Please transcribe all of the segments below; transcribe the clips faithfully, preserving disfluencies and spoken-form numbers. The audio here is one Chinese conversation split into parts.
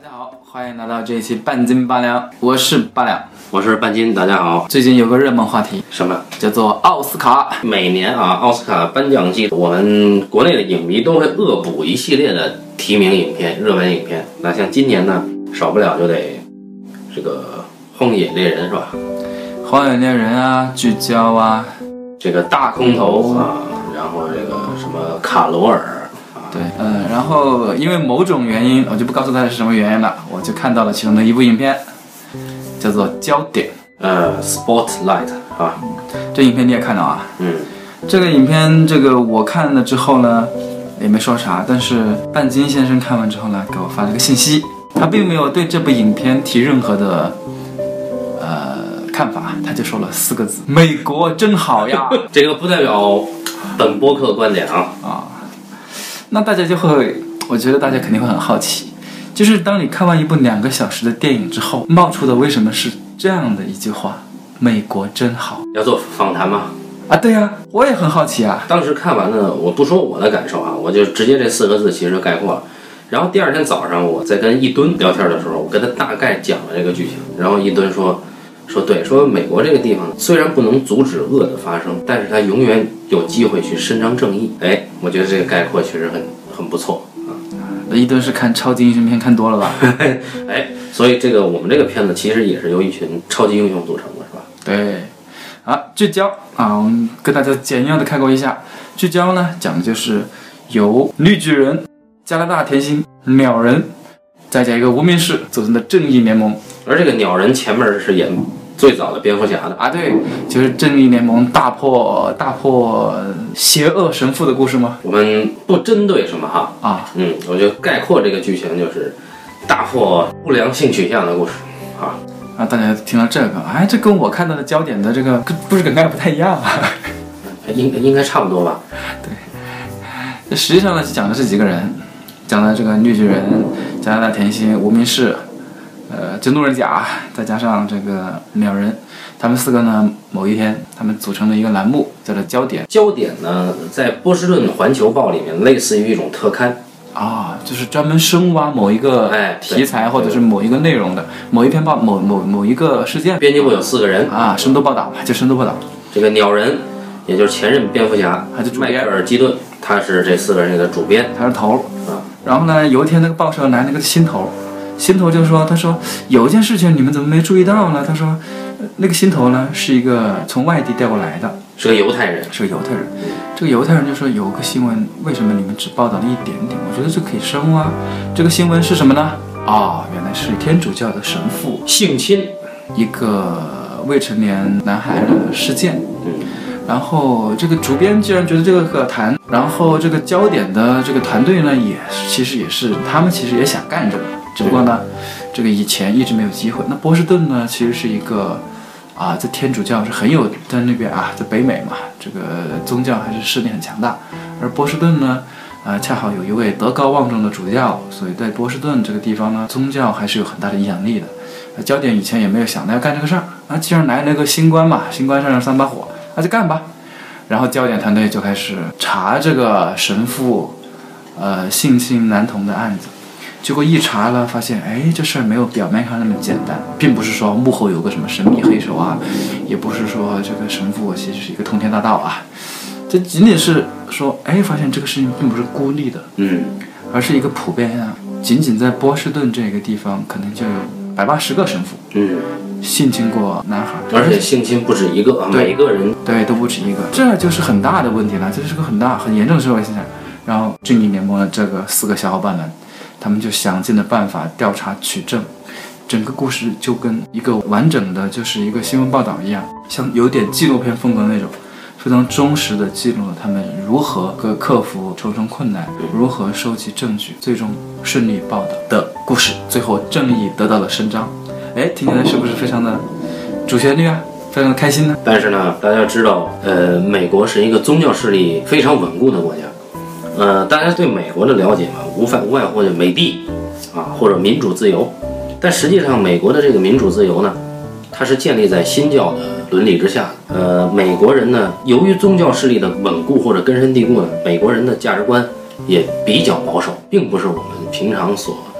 家好，欢迎来到这一期半斤八两，我是八两， 我是半斤。大家好。 最近有个热门话题， 什么？ 叫做奥斯卡。 每年啊，奥斯卡颁奖季，我们国内的影迷都会恶补一系列的提名影片、热门影片。那像今年呢，少不了就得这个《荒野猎人》是吧？ 《荒野猎人》啊，聚焦啊， 这个大空头啊，然后这个什么卡罗尔。 对，嗯，然后因为某种原因，我就不告诉大家是什么原因了，我就看到了其中的一部影片，叫做《焦点》， 呃 ，Spotlight 啊， 这影片你也看到啊？ 嗯， 这个影片，这个我看了之后呢，也没说啥，但是半斤先生看完之后呢，给我发了个信息，他并没有对这部影片提任何的呃看法，他就说了四个字：美国真好呀。 这个不代表本播客观点啊。 啊。那大家就会，我觉得大家肯定会很好奇，就是当你看完一部两个小时的电影之后，冒出的为什么是这样的一句话：美国真好。 要做访谈吗？ 啊，对呀，我也很好奇啊。 当时看完呢，我不说我的感受啊，我就直接这四个字其实概括了。然后第二天早上我在跟一吨聊天的时候，我跟他大概讲了这个剧情，然后一吨说说对，说美国这个地方虽然不能阻止恶的发生，但是他永远有机会去伸张正义。哎，我觉得这个概括确实很很不错啊。 一吨是看超级英雄片看多了吧？ 哎，所以这个我们这个片子其实也是由一群超级英雄组成的，是吧？ 对。啊，聚焦啊，我们跟大家简要的概括一下。聚焦呢，讲的就是由绿巨人、加拿大甜心、鸟人，再加一个无名氏组成的正义联盟。 而这个鸟人前面是演最早的蝙蝠侠的啊，对，就是正义联盟大破大破邪恶神父的故事吗？ 我们不针对什么哈啊， 嗯，我觉得概括这个剧情就是大破不良性取向的故事啊。 啊，大家听到这个，哎，这跟我看到的焦点的这个不是梗概不太一样啊？ 应应该差不多吧？ 对，这实际上呢，讲的是几个人，讲的这个绿巨人、加拿大甜心、无名氏。呃，真路人甲，再加上这个鸟人，他们四个呢，某一天他们组成了一个栏目，叫做焦点。 焦点呢，在波士顿环球报里面，类似于一种特刊啊，就是专门深挖某一个题材或者是某一个内容的某一篇报某某某一个事件。 编辑部有四个人啊，深度报道就深度报道。 这个鸟人，也就是前任蝙蝠侠， 还是迈克尔基顿，他是这四个人的主编， 他是头啊。 然后呢，有一天那个报社来那个新头。新头就说：“他说有一件事情你们怎么没注意到呢？”他说：“那个新头呢是一个从外地调过来的， 是个犹太人， 是个犹太人。这个犹太人就说有个新闻，为什么你们只报道了一点点？我觉得这可以深挖。这个新闻是什么呢？啊，原来是天主教的神父性侵一个未成年男孩的事件。 嗯， 然后这个主编既然觉得这个可谈，然后这个焦点的这个团队呢，也其实也是他们其实也想干这个。”只不过呢，这个以前一直没有机会。那波士顿呢，其实是一个啊，在天主教是很有在那边啊，在北美嘛，这个宗教还是势力很强大。而波士顿呢，啊，恰好有一位德高望重的主教，所以在波士顿这个地方呢，宗教还是有很大的影响力的。啊、焦点以前也没有想到要干这个事儿啊，既然来了个新官嘛，新官上任三把火，那就干吧。然后焦点团队就开始查这个神父呃性侵男童的案子。结果一查了，发现，哎，这事儿没有表面上那么简单，并不是说幕后有个什么神秘黑手啊，也不是说这个神父其实是一个通天大盗啊，这仅仅是说，哎，发现这个事情并不是孤立的， 嗯， 而是一个普遍啊，仅仅在波士顿这个地方，可能就有百八十个神父， 嗯， 性侵过男孩， 而且性侵不止一个，每个人对都不止一个，这就是很大的问题了，这是个很大很严重的社会现象。然后正义联盟的这个四个小伙伴们。他们就想尽了办法调查取证，整个故事就跟一个完整的就是一个新闻报道一样，像有点纪录片风格那种，非常忠实的记录了他们如何克服重重困难，如何收集证据，最终顺利报道的故事。最后正义得到了伸张，哎，听起来是不是非常的主旋律啊？非常的开心呢？ 但是呢，大家知道，呃，美国是一个宗教势力非常稳固的国家。呃，大家对美国的了解嘛，无外无外乎就美帝啊，或者民主自由。但实际上，美国的这个民主自由呢，它是建立在新教的伦理之下的。呃，美国人呢，由于宗教势力的稳固或者根深蒂固呢，美国人的价值观也比较保守，并不是我们平常所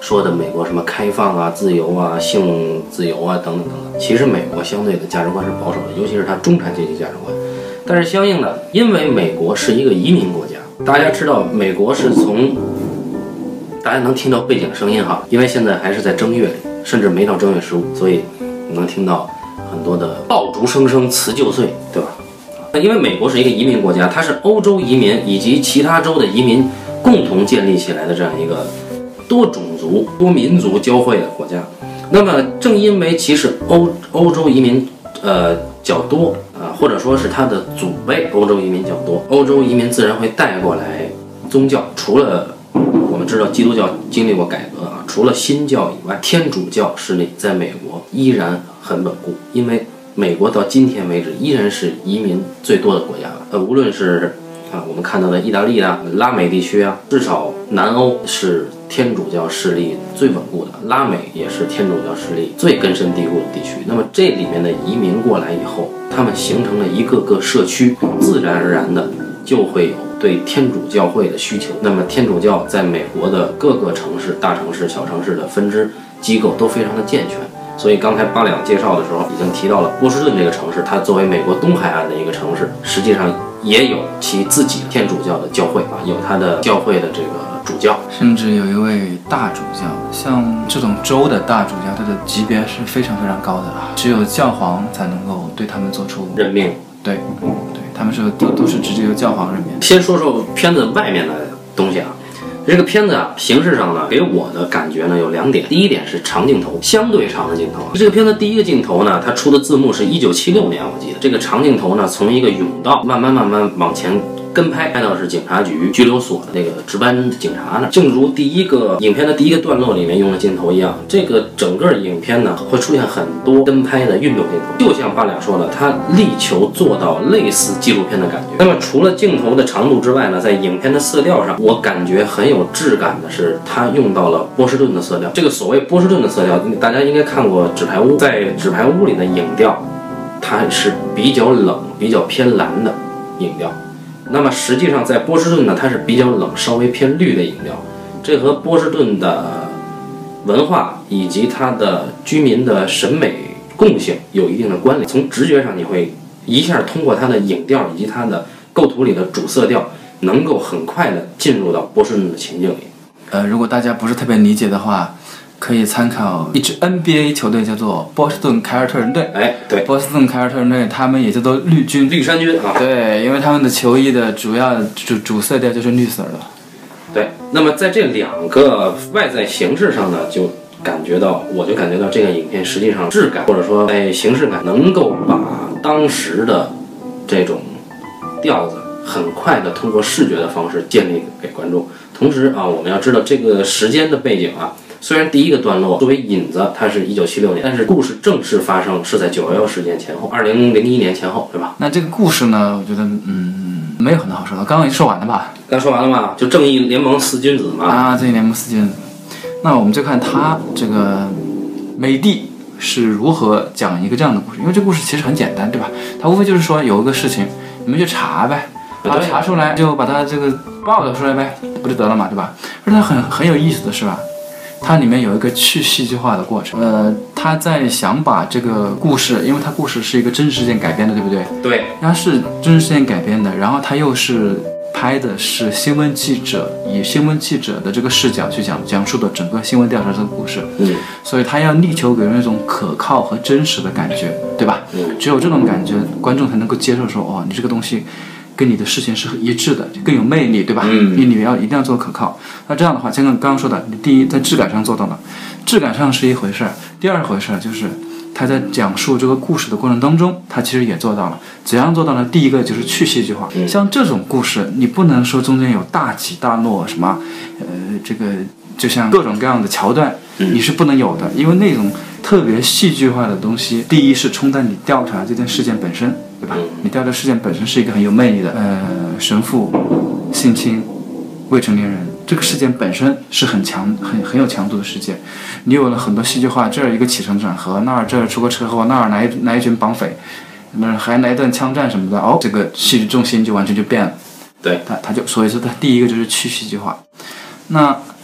说的美国什么开放啊、自由啊、性自由啊等等等等。其实美国相对的价值观是保守的，尤其是它中产阶级价值观。但是相应的，因为美国是一个移民国家，大家知道美国是从，大家能听到背景声音哈，因为现在还是在正月里，甚至没到正月十五，所以你能听到很多的爆竹声声辞旧岁，对吧？因为美国是一个移民国家，它是欧洲移民以及其他州的移民共同建立起来的这样一个多种族、多民族交汇的国家。那么正因为其实欧欧洲移民呃较多啊、呃，或者说是他的祖辈欧洲移民较多，欧洲移民自然会带过来宗教。除了我们知道基督教经历过改革啊，除了新教以外，天主教势力在美国依然很稳固，因为美国到今天为止依然是移民最多的国家。呃，无论是啊我们看到的意大利啊、拉美地区啊，至少南欧是天主教势力最稳固的，拉美也是天主教势力最根深蒂固的地区。那么这里面的移民过来以后，他们形成了一个个社区，自然而然的就会有对天主教会的需求。那么天主教在美国的各个城市、大城市、小城市的分支机构都非常的健全。所以刚才八两介绍的时候已经提到了波士顿这个城市，它作为美国东海岸的一个城市，实际上也有其自己的天主教的教会啊，有它的教会的这个主教， 甚至有一位大主教。像这种州的大主教，他的级别是非常非常高的啊，只有教皇才能够对他们做出任命。 对，对，他们是都都是直接由教皇任命。 先说说片子外面的东西啊。这个片子啊，形式上呢，给我的感觉呢有两点。第一点是长镜头，相对长的镜头。这个片子第一个镜头呢，它出的字幕是一九七六年，我记得。这个长镜头呢，从一个甬道慢慢慢慢往前跟拍，拍到是警察局拘留所的那个值班警察那。正如第一个影片的第一个段落里面用的镜头一样，这个整个影片呢会出现很多跟拍的运动镜头，就像八两说的，他力求做到类似纪录片的感觉。那么除了镜头的长度之外呢，在影片的色调上，我感觉很有质感的是，他用到了波士顿的色调。这个所谓波士顿的色调，大家应该看过《纸牌屋》，在《纸牌屋》里的影调，它是比较冷、比较偏蓝的影调。那么实际上在波士顿呢，它是比较冷、稍微偏绿的影调。这和波士顿的文化以及它的居民的审美共性有一定的关联。从直觉上，你会一下通过它的影调以及它的构图里的主色调，能够很快的进入到波士顿的情境里。 呃，如果大家不是特别理解的话，可以参考一支 N B A 球队，叫做波士顿凯尔特人队。 哎，对， 波士顿凯尔特人队，他们也叫做绿军、 绿衫军啊。 对，因为他们的球衣的主要主主色调就是绿色的。 对，那么在这两个外在形式上呢，就感觉到，我就感觉到这个影片实际上质感或者说在形式感，能够把当时的这种调子很快的通过视觉的方式建立给观众。同时啊，我们要知道这个时间的背景啊。虽然第一个段落作为引子，它是一九七六年，但是故事正式发生是在九幺幺事件前后，二零零一年前后，对吧？ 那这个故事呢，我觉得嗯，没有很多好说的。刚刚已经说完了吧？ 刚说完了吗？就正义联盟四君子嘛。 啊，正义联盟四君子。那我们就看他这个美帝是如何讲一个这样的故事，因为这故事其实很简单，对吧？它无非就是说有一个事情，你们去查呗，把它查出来，就把它这个报道出来呗，不就得了嘛，对吧？而且它很很有意思的是吧？它里面有一个去戏剧化的过程，呃，他在想把这个故事，因为它故事是一个真实事件改编的，对不对？ 对， 它是真实事件改编的，然后它又是拍的是新闻记者以新闻记者的这个视角去讲讲述的整个新闻调查这个故事， 嗯， 所以他要力求给人一种可靠和真实的感觉，对吧？ 嗯， 只有这种感觉，观众才能够接受说，哦，你这个东西跟你的事情是一致的，更有魅力，对吧？ 嗯， 你你要一定要做可靠。那这样的话，像刚刚说的，你第一在质感上做到了，质感上是一回事儿，第二回事儿就是他在讲述这个故事的过程当中，他其实也做到了。怎样做到呢？第一个就是去戏剧化。 嗯， 像这种故事，你不能说中间有大起大落什么，呃，这个就像各种各样的桥段，你是不能有的，因为那种特别戏剧化的东西，第一是冲淡你调查这件事件本身，对吧？你调查事件本身是一个很有魅力的，呃，神父性侵未成年人，这个事件本身是很强、很很有强度的事件。你有了很多戏剧化，这儿一个起承转合，那儿这儿出个车祸，那儿来来一群绑匪，那还来一段枪战什么的，哦，这个戏剧重心就完全就变了。 对， 他他就所以说他第一个就是去戏剧化。那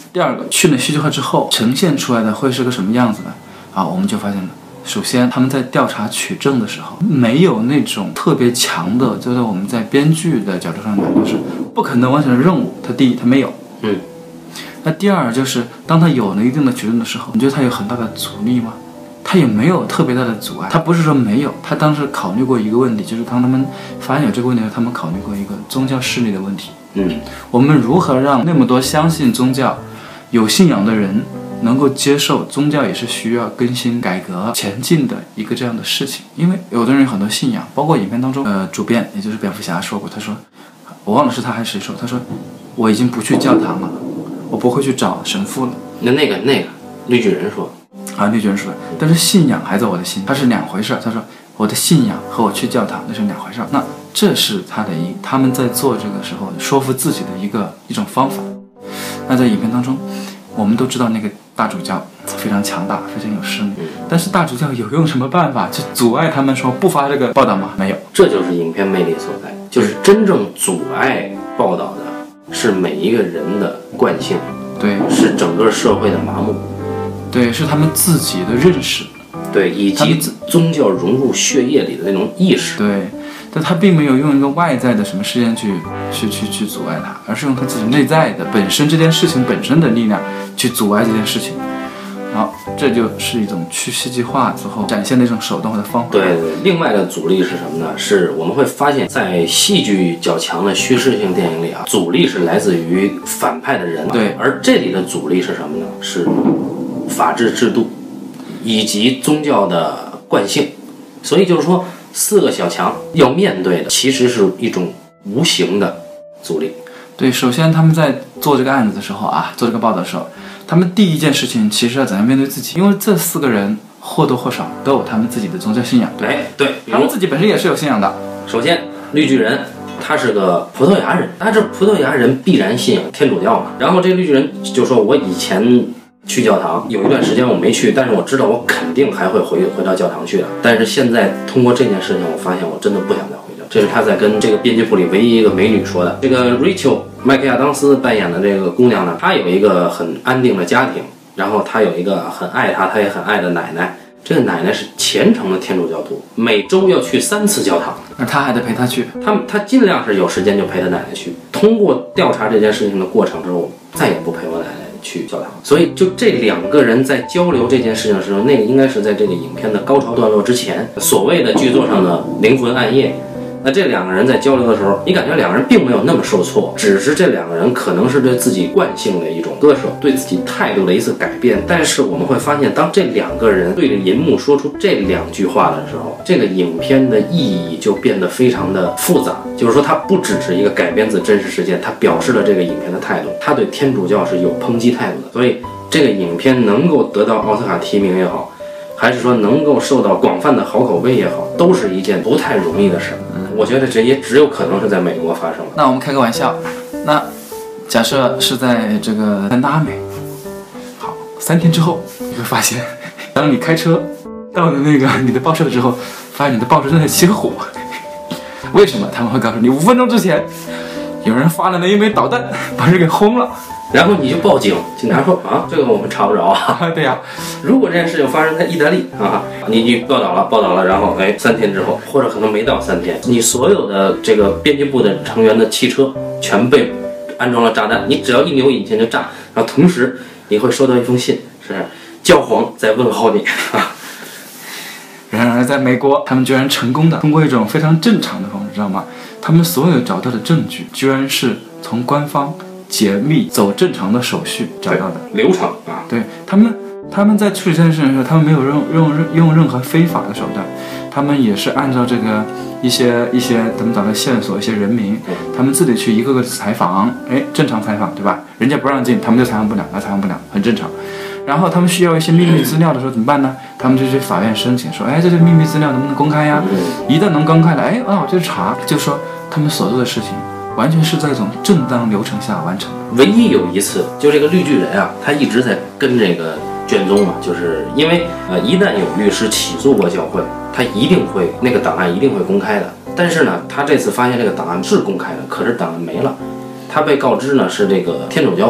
第二个，去了戏剧化之后呈现出来的会是个什么样子呢？啊，我们就发现了。首先，他们在调查取证的时候，没有那种特别强的，就是我们在编剧的角度上来，就是不可能完成的任务。他第一，他没有。 嗯。 那第二就是，当他有了一定的取证的时候，你觉得他有很大的阻力吗？他也没有特别大的阻碍。他不是说没有，他当时考虑过一个问题，就是当他们发现有这个问题的时候，他们考虑过一个宗教势力的问题。 嗯。 我们如何让那么多相信宗教、有信仰的人？能够接受宗教也是需要更新改革前进的一个这样的事情，因为有的人有很多信仰，包括影片当中，呃，主编也就是蝙蝠侠说过，他说，我忘了是他还是谁说，他说我已经不去教堂了，我不会去找神父了。 那那个那个绿巨人说， 啊，绿巨人说，但是信仰还在我的心，它是两回事。他说我的信仰和我去教堂那是两回事。那这是他的一他们在做这个时候说服自己的一个一种方法。那在影片当中，我们都知道那个大主教非常强大，非常有势力，但是大主教有用什么办法去阻碍他们说不发这个报道吗？没有。 这就是影片魅力所在，就是真正阻碍报道的是每一个人的惯性， 对， 是整个社会的麻木， 对，是他们自己的认识， 对，以及宗教融入血液里的那种意识， 对。但他并没有用一个外在的什么事件去去去去阻碍他，而是用他自己内在的本身这件事情本身的力量去阻碍这件事情。然后这就是一种去戏剧化之后展现的一种手段或者方法。 对对，另外的阻力是什么呢？是我们会发现，在戏剧较强的叙事性电影里啊，阻力是来自于反派的人， 对， 而这里的阻力是什么呢？是法治制度以及宗教的惯性。所以就是说，四个小强要面对的其实是一种无形的阻力。 对，首先他们在做这个案子的时候啊，做这个报道的时候，他们第一件事情其实要怎样面对自己，因为这四个人或多或少都有他们自己的宗教信仰。 对对， 他们自己本身也是有信仰的。 首先，绿巨人他是个葡萄牙人，他这葡萄牙人必然信仰天主教嘛。然后这绿巨人就说：“我以前去教堂，有一段时间我没去，但是我知道我肯定还会回回到教堂去的。但是现在通过这件事情，我发现我真的不想再回去。”这是他在跟这个编辑部里唯一一个美女说的。这个 Rachel 麦克亚当斯扮演的这个姑娘呢，她有一个很安定的家庭，然后她有一个很爱她，她也很爱的奶奶。这个奶奶是虔诚的天主教徒，每周要去三次教堂， 那他还得陪她去。 他他尽量是有时间就陪他奶奶去。通过调查这件事情的过程之后，再也不陪我奶奶去教堂。所以就这两个人在交流这件事情的时候，那个应该是在这个影片的高潮段落之前，所谓的剧作上的灵魂暗夜。那这两个人在交流的时候，你感觉两个人并没有那么受挫，只是这两个人可能是对自己惯性的一种割舍，对自己态度的一次改变。但是我们会发现，当这两个人对着银幕说出这两句话的时候，这个影片的意义就变得非常的复杂。就是说，它不只是一个改编自真实事件，它表示了这个影片的态度，它对天主教是有抨击态度的。所以，这个影片能够得到奥斯卡提名也好，还是说能够受到广泛的好口碑也好，都是一件不太容易的事儿。我觉得这也只有可能是在美国发生。 那我们开个玩笑，那假设是在这个拉美，好，三天之后你会发现，当你开车到了那个你的报社的时候，发现你的报社正在起火。为什么？他们会告诉你，五分钟之前有人发了那一枚导弹，把人给轰了。 然后你就报警，警察说啊，这个我们查不着啊。 对呀、啊， 如果这件事情发生在意大利啊，你你报道了，报道了，然后哎，三天之后，或者可能没到三天，你所有的这个编辑部的成员的汽车全被安装了炸弹，你只要一扭引擎就炸，然后同时你会收到一封信，是教皇在问候你啊。 然而，在美国，他们居然成功的通过一种非常正常的方式，知道吗？他们所有找到的证据，居然是从官方解密走正常的手续找到的流程啊。 对他们，他们在处理这件事情的时候，他们没有用用用任何非法的手段，他们也是按照这个一些一些他们找到线索，一些人名，他们自己去一个个采访，哎，正常采访对吧？人家不让进，他们就采访不了，那采访不了，很正常。然后他们需要一些秘密资料的时候怎么办呢？他们就去法院申请说，哎，这些秘密资料能不能公开呀？一旦能公开了，哎，啊，我就查，就说他们所做的事情完全是在一种正当流程下完成的。 唯一有一次，就这个绿巨人啊，他一直在跟这个卷宗嘛，就是因为呃，一旦有律师起诉过教会，他一定会那个档案一定会公开的。但是呢，他这次发现这个档案是公开的，可是档案没了。他被告知呢是这个天主教会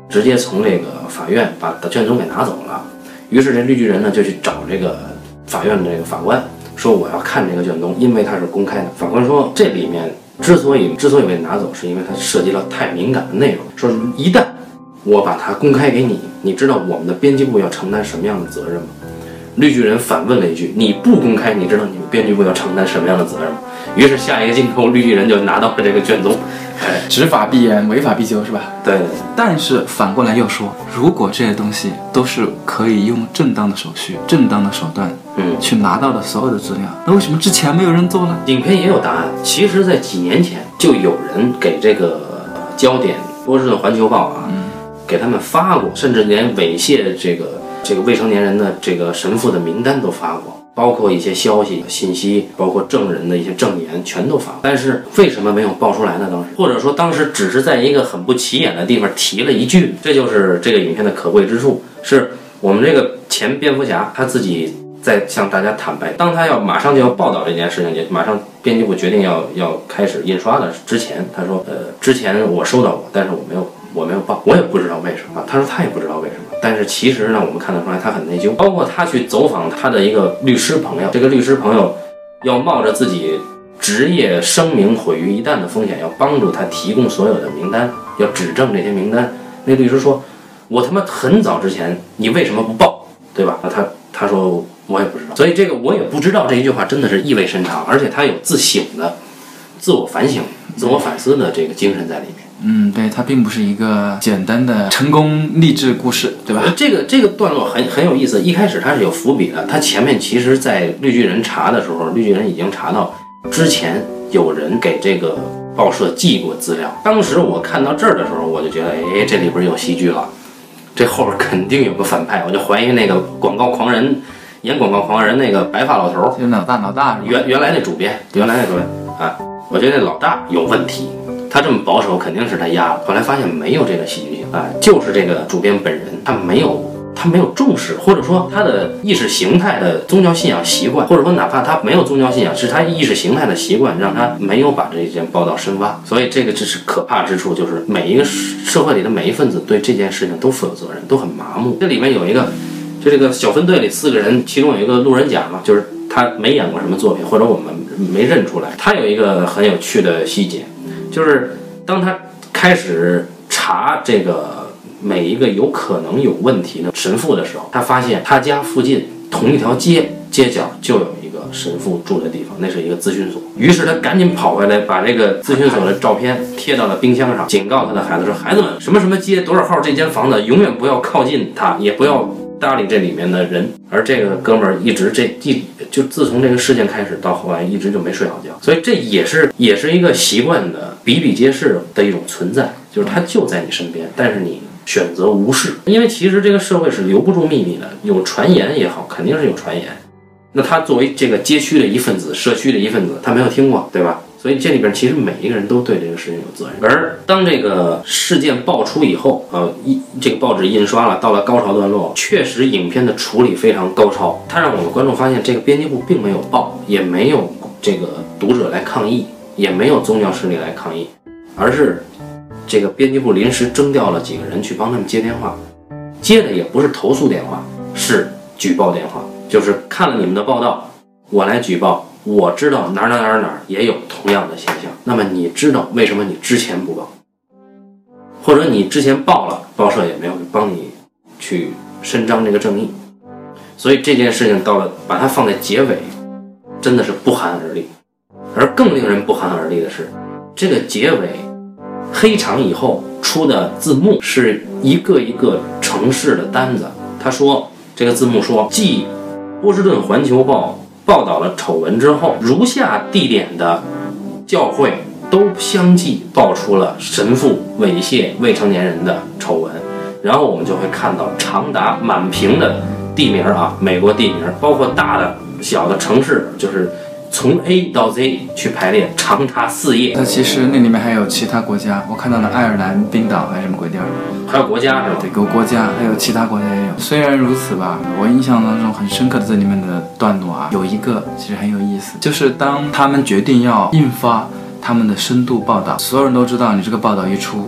直接从这个法院把卷宗给拿走了。于是这绿巨人呢就去找这个法院的这个法官，说我要看这个卷宗，因为它是公开的。法官说这里面之所以之所以被拿走，是因为它涉及了太敏感的内容，说一旦我把它公开给你，你知道我们的编辑部要承担什么样的责任吗？绿巨人反问了一句：你不公开，你知道你们编辑部要承担什么样的责任吗？于是下一个镜头，绿巨人就拿到了这个卷宗。哎， 执法必严，违法必究，是吧？ 对。 但是反过来又说，如果这些东西都是可以用正当的手续、正当的手段，嗯，去拿到的所有的资料，那为什么之前没有人做呢？ 影片也有答案。其实，在几年前就有人给这个焦点波士顿环球报啊，嗯，给他们发过，甚至连猥亵这个这个未成年人的这个神父的名单都发过。包括一些消息、信息，包括证人的一些证言，全都发了。但是为什么没有爆出来呢？当时，或者说当时只是在一个很不起眼的地方提了一句，这就是这个影片的可贵之处。是我们这个前蝙蝠侠他自己在向大家坦白，当他要马上就要报道这件事情，也马上编辑部决定要要开始印刷的之前，他说，呃，之前我收到过，但是我没有我没有报，我也不知道为什么。他说他也不知道为什么。但是其实呢，我们看得出来他很内疚。包括他去走访他的一个律师朋友，这个律师朋友要冒着自己职业声名毁于一旦的风险，要帮助他提供所有的名单，要指证这些名单。那律师说：“我他妈很早之前，你为什么不报？对吧？”他他说我也不知道。所以这个我也不知道这一句话真的是意味深长，而且他有自省的、自我反省、自我反思的这个精神在里面。 嗯，对，它并不是一个简单的成功励志故事，对吧？ 这个这个段落很很有意思。一开始它是有伏笔的，它前面其实在绿巨人查的时候，绿巨人已经查到之前有人给这个报社寄过资料。当时我看到这儿的时候，我就觉得，哎，这里边有戏剧了，这后边肯定有个反派。我就怀疑那个广告狂人演广告狂人那个白发老头， 就老大老大原原来那主编，原来那主编啊，我觉得那老大有问题。他这么保守，肯定是他压了。后来发现没有这个戏剧性啊，就是这个主编本人，他没有，他没有重视，或者说他的意识形态的宗教信仰习惯，或者说哪怕他没有宗教信仰，是他意识形态的习惯，让他没有把这件报道深挖。所以这个只是可怕之处，就是每一个社会里的每一份子对这件事情都负有责任，都很麻木。这里面有一个，就这个小分队里四个人，其中有一个路人甲嘛，就是他没演过什么作品，或者我们没认出来。他有一个很有趣的细节。就是当他开始查这个每一个有可能有问题的神父的时候，他发现他家附近同一条街街角就有一个神父住的地方，那是一个咨询所。于是他赶紧跑回来，把这个咨询所的照片贴到了冰箱上，警告他的孩子说：“孩子们，什么什么街多少号这间房子，永远不要靠近它，也不要搭理这里面的人。”而这个哥们儿一直这一就自从这个事件开始到后来一直就没睡好觉，所以这也是也是一个习惯的比比皆是的一种存在，就是他就在你身边，但是你选择无视。因为其实这个社会是留不住秘密的，有传言也好，肯定是有传言。那他作为这个街区的一份子，社区的一份子，他没有听过，对吧？所以这里边其实每一个人都对这个事情有责任。而当这个事件爆出以后，呃，一这个报纸印刷了，到了高潮段落，确实影片的处理非常高超，它让我们观众发现，这个编辑部并没有报，也没有这个读者来抗议，也没有宗教势力来抗议，而是这个编辑部临时征调了几个人去帮他们接电话，接的也不是投诉电话，是举报电话，就是看了你们的报道，我来举报。我知道哪儿哪儿哪儿哪儿也有同样的现象，那么你知道为什么你之前不报，或者你之前报了，报社也没有帮你去伸张这个正义。所以这件事情到了把它放在结尾，真的是不寒而栗。而更令人不寒而栗的是，这个结尾黑场以后出的字幕是一个一个城市的单子。他说这个字幕说，继波士顿环球报报道了丑闻之后，如下地点的教会都相继爆出了神父猥亵未成年人的丑闻。然后我们就会看到长达满屏的地名啊，美国地名，包括大的小的城市，就是从 A 到 Z 去排列，长达四页。 那其实那里面还有其他国家，我看到了爱尔兰、冰岛还是什么鬼地儿， 还有国家是吧？ 对，有国家，还有其他国家也有。虽然如此吧，我印象当中很深刻的这里面的段落啊，有一个其实很有意思，就是当他们决定要印发他们的深度报道，所有人都知道你这个报道一出，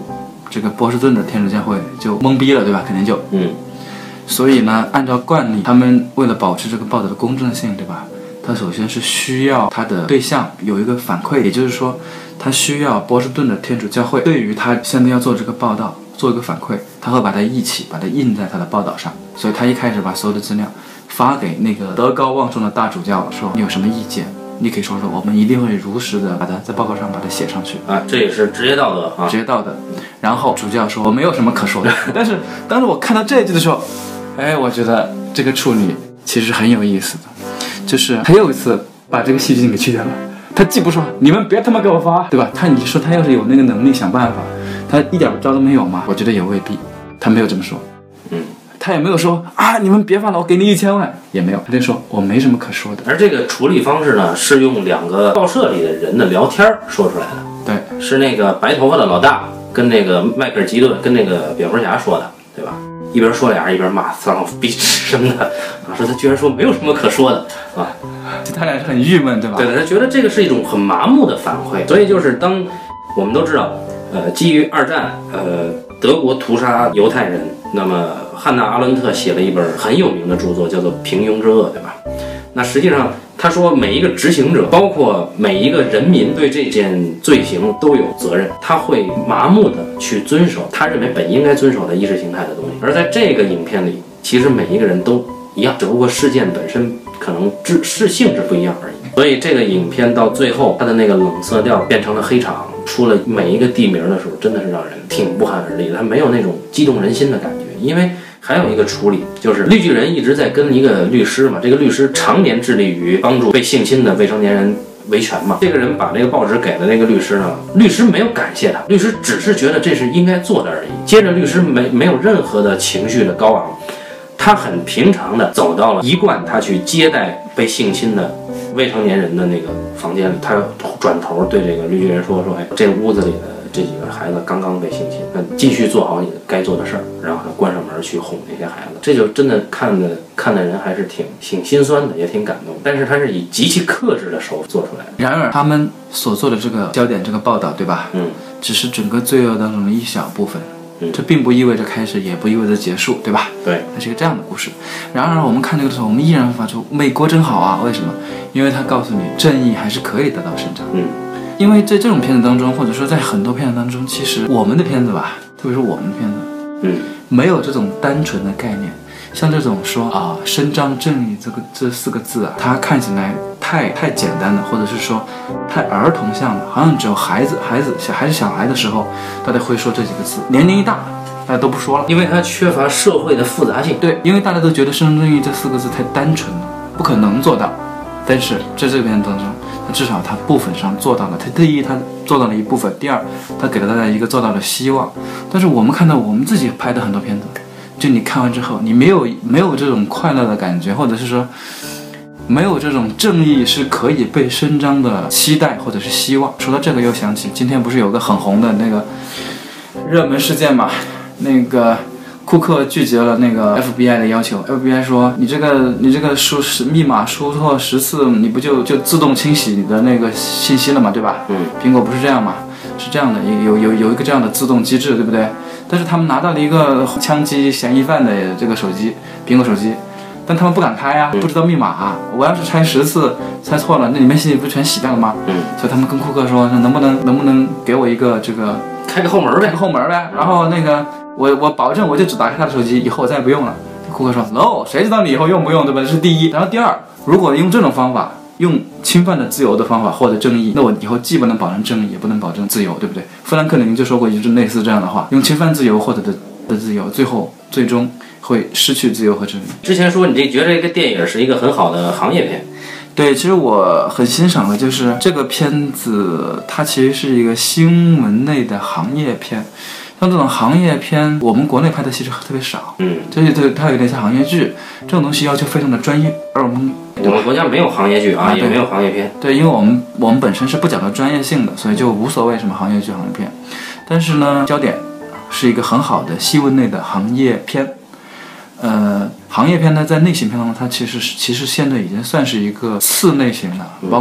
这个波士顿的天主教会就懵逼了，对吧？肯定就嗯。 所以呢，按照惯例，他们为了保持这个报道的公正性，对吧？他首先是需要他的对象有一个反馈，也就是说，他需要波士顿的天主教会对于他现在要做这个报道做一个反馈，他会把它一起把它印在他的报道上。所以他一开始把所有的资料发给那个德高望重的大主教，说你有什么意见，你可以说说，我们一定会如实的把它在报告上把它写上去啊，这也是职业道德啊， 职业道德。然后主教说我没有什么可说的，但是当时我看到这一句的时候，哎，我觉得这个处理其实很有意思的，就是他又一次把这个戏剧性给去掉了。他既不说你们别他妈给我发，对吧？他你说他要是有那个能力想办法，他一点招都没有吗？我觉得也未必，他没有这么说。 嗯， 他也没有说啊你们别发了，我给你一千万，也没有，他就说我没什么可说的。 而这个处理方式呢，是用两个报社里的人的聊天说出来的。 对， 是那个白头发的老大跟那个迈克尔基顿跟那个蝙蝠侠说的，对吧？一边说俩一边骂丧逼什么的啊，说他居然说没有什么可说的啊， 就他俩是很郁闷，对吧？ 对的，他觉得这个是一种很麻木的反馈。所以就是当我们都知道，呃，基于二战，呃，德国屠杀犹太人，那么汉娜·阿伦特写了一本很有名的著作，叫做《平庸之恶》，对吧？那实际上他说每一个执行者，包括每一个人民，对这件罪行都有责任，他会麻木的去遵守他认为本应该遵守的意识形态的东西。而在这个影片里，其实每一个人都一样，只不过事件本身可能是是性质不一样而已。所以这个影片到最后，它的那个冷色调变成了黑场，出了每一个地名的时候，真的是让人挺不寒而栗的，它没有那种激动人心的感觉。因为还有一个处理，就是绿巨人一直在跟一个律师嘛，这个律师常年致力于帮助被性侵的未成年人维权嘛。这个人把这个报纸给了那个律师呢，律师没有感谢他，律师只是觉得这是应该做的而已。接着律师没没有任何的情绪的高昂，他很平常的走到了一贯他去接待被性侵的未成年人的那个房间里，他转头对这个绿巨人说说，哎，这屋子里的这几个孩子刚刚被性侵，那继续做好你该做的事儿，然后他关上门去哄那些孩子。这就真的看的看的人还是挺挺心酸的，也挺感动。但是他是以极其克制的手做出来的。 然而他们所做的这个焦点这个报道，对吧？ 嗯， 只是整个罪恶当中的一小部分。 嗯， 这并不意味着开始，也不意味着结束，对吧？ 对， 它是一个这样的故事。然而我们看这个的时候，我们依然发出美国真好啊！为什么？因为它告诉你正义还是可以得到伸张。 嗯， 因为在这种片子当中，或者说在很多片子当中，其实我们的片子吧，特别是我们的片子， 嗯， 没有这种单纯的概念。像这种说啊，伸张正义这个这四个字啊，它看起来太太简单了，或者是说太儿童向了，好像只有孩子孩子小孩子小孩的时候，大家会说这几个字，年龄一大，大家都不说了， 因为它缺乏社会的复杂性。 对，因为大家都觉得伸张正义这四个字太单纯了，不可能做到。但是在这边当中，至少它部分上做到了。它第一，它做到了一部分；第二，它给了大家一个做到了希望。但是我们看到我们自己拍的很多片子，就你看完之后，你没有没有这种快乐的感觉，或者是说没有这种正义是可以被伸张的期待或者是希望。说到这个，又想起今天不是有个很红的那个热门事件嘛？那个库克拒绝了那个 F B I 的要求 ，F B I 说你这个你这个输密码输错十次，你不就就自动清洗你的那个信息了嘛，对吧？ 嗯， 苹果不是这样嘛？是这样的，有有有一个这样的自动机制，对不对？但是他们拿到了一个枪击嫌疑犯的这个手机，苹果手机，但他们不敢开啊，不知道密码啊。我要是拆十次猜错了，那里面信息不全洗掉了吗？ 嗯， 所以他们跟库克说，那能不能能不能给我一个这个开个后门呗， 开个后门呗。然后那个我我保证我就只打开他的手机，以后我再也不用了。库克说 no， 谁知道你以后用不用，对吧？这是第一。然后第二，如果用这种方法，用侵犯的自由的方法获得正义，那我以后既不能保证正义，也不能保证自由，对不对？富兰克林就说过一句类似这样的话，用侵犯自由获得的的自由，最后最终会失去自由和正义。 之前说你这觉得这个电影是一个很好的行业片， 对，其实我很欣赏的就是这个片子，它其实是一个新闻类的行业片。像这种行业片，我们国内拍的其实特别少， 嗯， 就是对它有点像行业剧，这种东西要求非常的专业，而我们我们国家没有行业剧啊，也没有行业片。 对，因为我们我们本身是不讲究专业性的，所以就无所谓什么行业剧、行业片。但是呢，焦点是一个很好的新闻类的行业片。呃，行业片呢，在类型片当中，它其实其实现在已经算是一个次类型了，包括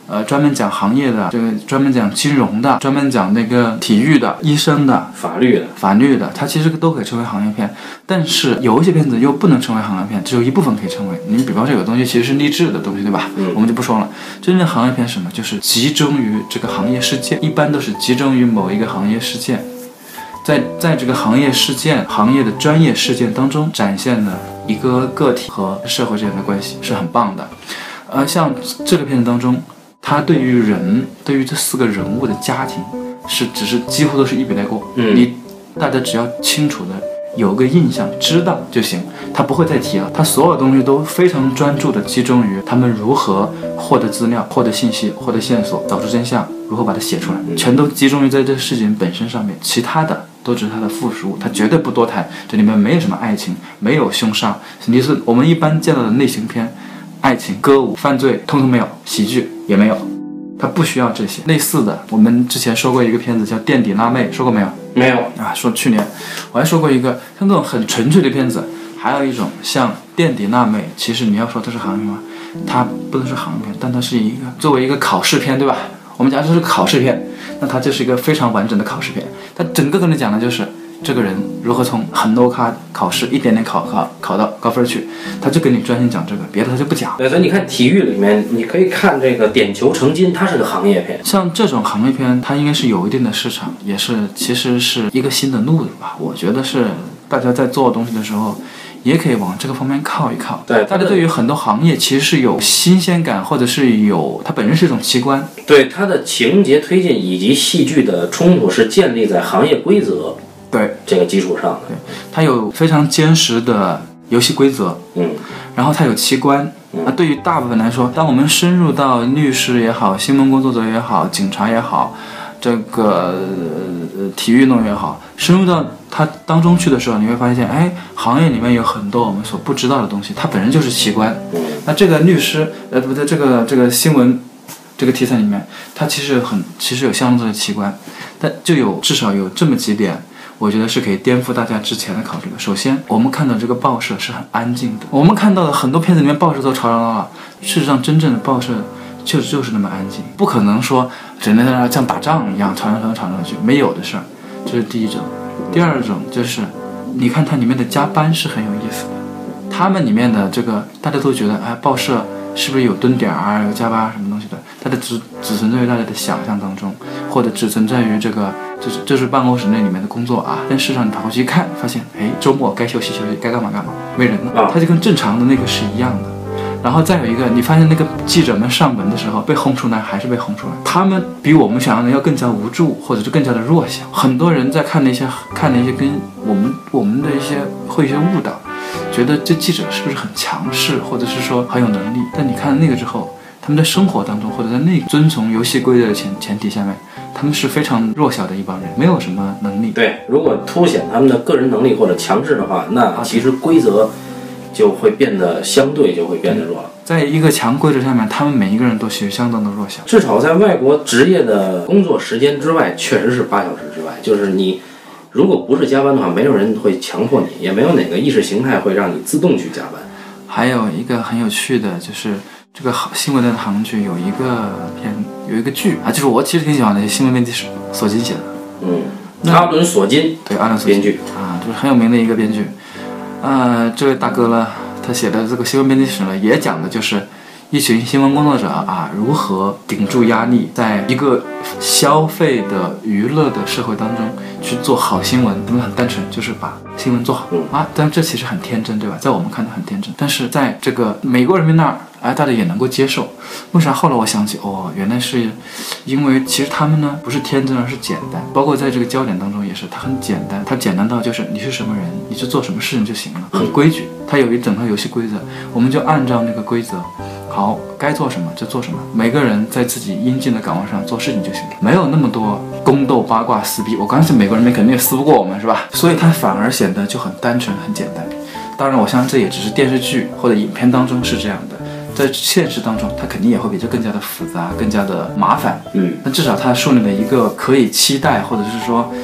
呃，专门讲行业的，这个专门讲金融的，专门讲那个体育的，医生的， 法律的， 法律的，它其实都可以称为行业片。但是有一些片子又不能称为行业片，只有一部分可以称为。你比方说有个东西其实是励志的东西，对吧？ 嗯， 我们就不说了。真正行业片是什么？就是集中于这个行业事件，一般都是集中于某一个行业事件，在在这个行业事件、行业的专业事件当中展现的一个个体和社会之间的关系，是很棒的。呃，像这个片子当中，他对于人，对于这四个人物的家庭，是只是几乎都是一笔带过。 嗯， 你大家只要清楚的有个印象，知道就行，他不会再提了。他所有东西都非常专注的集中于他们如何获得资料、获得信息、获得线索、找出真相，如何把它写出来，全都集中于在这个事情本身上面，其他的都只是它的附属物，它绝对不多谈。这里面没有什么爱情，没有凶杀，你是我们一般见到的类型片。爱情、歌舞、犯罪，通通没有，喜剧也没有，他不需要这些。类似的，我们之前说过一个片子叫《垫底辣妹》，说过没有？ 没有啊，说去年我还说过一个像这种很纯粹的片子，还有一种像《垫底辣妹》，其实你要说它是行业片吗？它不能是行业片，但它是一个作为一个考试片，对吧？我们讲这是考试片，那它就是一个非常完整的考试片，它整个跟你讲的就是这个人如何从很 low 咖考试一点点考考考到高分去，他就跟你专心讲这个，别的他就不讲。 对，所以你看体育里面，你可以看这个点球成金，它是个行业片。 像这种行业片，它应该是有一定的市场，也是其实是一个新的路子吧。我觉得是大家在做东西的时候，也可以往这个方面靠一靠。 对， 大家对于很多行业其实是有新鲜感，或者是有它本身是一种奇观。 对，它的情节推进以及戏剧的冲突是建立在行业规则。 对这个基础上的， 对，它有非常坚实的游戏规则， 嗯， 然后它有奇观。那、嗯、对于大部分来说，当我们深入到律师也好、新闻工作者也好、警察也好、这个、呃、体育运动员也好，深入到它当中去的时候，你会发现，哎，行业里面有很多我们所不知道的东西，它本身就是奇观。 嗯， 那这个律师，呃，不对，这个这个新闻这个题材里面，它其实很其实有相当多的奇观，但就有至少有这么几点。我觉得是可以颠覆大家之前的考虑的。首先，我们看到这个报社是很安静的。我们看到的很多片子里面报社都吵吵闹闹，事实上真正的报社就就是那么安静，不可能说整天在那像打仗一样吵吵吵吵吵去，没有的事儿。这是第一种。第二种就是，你看它里面的加班是很有意思的。他们里面的这个大家都觉得，哎，报社是不是有蹲点啊，有加班什么东西的？它的只只存在于大家的想象当中，或者只存在于这个。就是就是办公室那里面的工作啊，但事实上你跑过去一看，发现哎，周末该休息休息，该干嘛干嘛，没人了，它就跟正常的那个是一样的。然后再有一个，你发现那个记者们上门的时候被轰出来，还是被轰出来，他们比我们想象的要更加无助，或者是更加的弱小。很多人在看那些看那些跟我们我们的一些会一些误导，觉得这记者是不是很强势，或者是说很有能力？但你看那个之后，他们在生活当中，或者在那个遵从游戏规则的前前提下面。他们是非常弱小的一帮人，没有什么能力。 对，如果凸显他们的个人能力或者强势的话，那其实规则就会变得相对就会变得弱了。 在一个强规则下面，他们每一个人都是相当的弱小。 至少在外国职业的工作时间之外，确实是八小时之外。就是你如果不是加班的话，没有人会强迫你，也没有哪个意识形态会让你自动去加班。还有一个很有趣的就是。这个新闻的行剧有一个片，有一个剧啊，就是我其实挺喜欢的，新闻编辑史索金写的。 嗯，阿伦索金， 对，阿伦索金编剧啊，就是很有名的一个编剧。呃，这位大哥呢，他写的这个新闻编辑史呢，也讲的就是一群新闻工作者啊，如何顶住压力，在一个消费的娱乐的社会当中去做好新闻。他们很单纯，就是把新闻做好啊。但这其实很天真，对吧？在我们看来很天真，但是在这个美国人民那儿。哎，大家也能够接受。为啥？后来我想起，哦，原来是因为其实他们呢不是天真，而是简单。包括在这个焦点当中也是，它很简单，它简单到就是你是什么人，你去做什么事情就行了，很规矩。它有一整套游戏规则，我们就按照那个规则，好，该做什么就做什么。每个人在自己应尽的岗位上做事情就行了，没有那么多宫斗八卦撕逼。我刚才美国人民肯定也撕不过我们，是吧？所以它反而显得就很单纯、很简单。当然，我相信这也只是电视剧或者影片当中是这样的。在现实当中，它肯定也会比这更加的复杂，更加的麻烦。 嗯， 但至少它树立了一个可以期待，或者是说，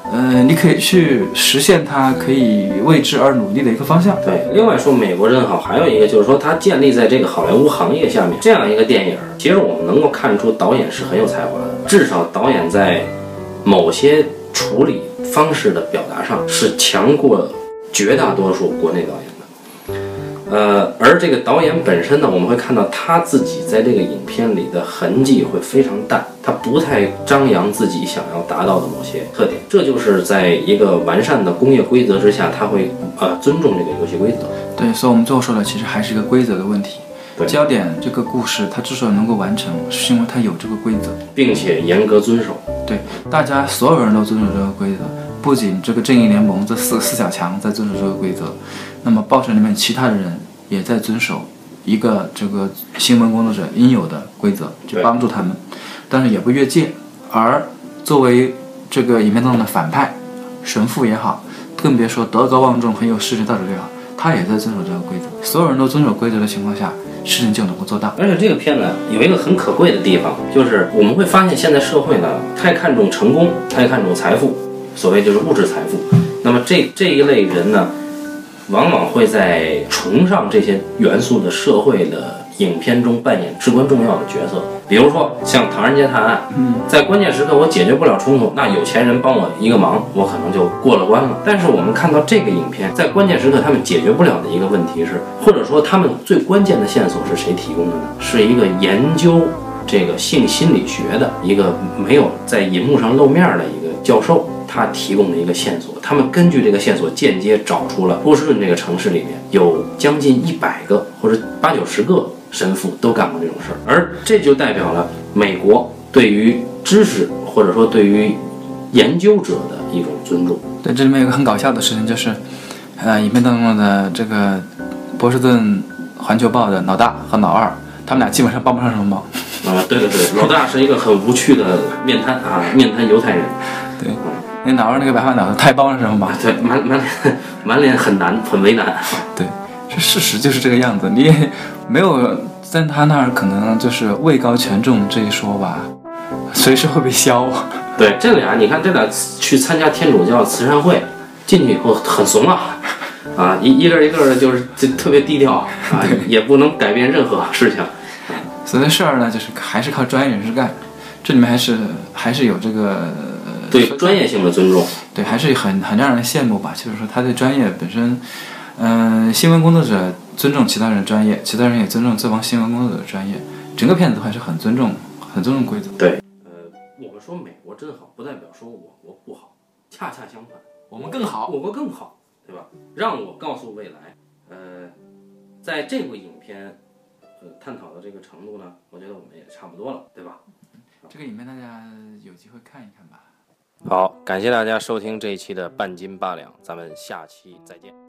呃，你可以去实现它可以为之而努力的一个方向。 对，另外说美国真好，还有一个就是说，它建立在这个好莱坞行业下面这样一个电影，其实我们能够看出导演是很有才华的，至少导演在某些处理方式的表达上是强过绝大多数国内导演的。呃，而这个导演本身呢，我们会看到他自己在这个影片里的痕迹会非常淡，他不太张扬自己想要达到的某些特点，这就是在一个完善的工业规则之下，他会呃尊重这个游戏规则。 对，所以我们最后说的其实还是一个规则的问题。焦点这个故事它之所以能够完成，是因为它有这个规则， 并且严格遵守。 对，大家所有人都遵守这个规则，不仅这个正义联盟这四四小强在遵守这个规则，那么报社里面其他的人也在遵守一个这个新闻工作者应有的规则，去帮助他们，但是也不越界。而作为这个影片当中的反派神父也好，更别说德高望重很有世界道德也好，他也在遵守这个规则。所有人都遵守规则的情况下，事情就能够做到。 而且这个片呢有一个很可贵的地方，就是我们会发现现在社会呢太看重成功，太看重财富，所谓就是物质财富。那么这这一类人呢，往往会在崇尚这些元素的社会的影片中扮演至关重要的角色。比如说像《唐人街探案》，嗯，在关键时刻我解决不了冲突，那有钱人帮我一个忙，我可能就过了关了。但是我们看到这个影片，在关键时刻他们解决不了的一个问题是，或者说他们最关键的线索是谁提供的呢？是一个研究这个性心理学的一个没有在银幕上露面的一个教授，他提供的一个线索。他们根据这个线索间接找出了波士顿这个城市里面有将近一百个或者八九十个神父都干过这种事儿，而这就代表了美国对于知识或者说对于研究者的一种尊重。 对，这里面有个很搞笑的事情，就是呃，影片当中的这个波士顿环球报的老大和老二，他们俩基本上帮不上什么忙。 啊、呃，对对对，老大是一个很无趣的面瘫啊，面瘫犹太人。 对，那老二那个白发老头，他也帮不上什么忙。 对，满满脸满脸很难，很为难。 对，这事实就是这个样子，你也没有在他那儿可能就是位高权重这一说吧，随时会被削。 对，这俩你看，这俩去参加天主教慈善会，进去以后很怂啊，啊，一一个一个的就是就特别低调啊，也不能改变任何事情。 所以事儿呢，就是还是靠专业人士干，这里面还是还是有这个对专业性的尊重， 对，还是很很让人羡慕吧。就是说他对专业本身，嗯、呃，新闻工作者尊重其他人专业，其他人也尊重这帮新闻工作者的专业，整个片子都还是很尊重，很尊重规则。 对，呃，我们说美国真好，不代表说我国不好，恰恰相反， 我们更好， 我国更好，对吧？让我告诉未来，呃，在这部影片。呃，探讨的这个程度呢，我觉得我们也差不多了，对吧？ 这个影片大家有机会看一看吧。 好，感谢大家收听这一期的半斤八两，咱们下期再见。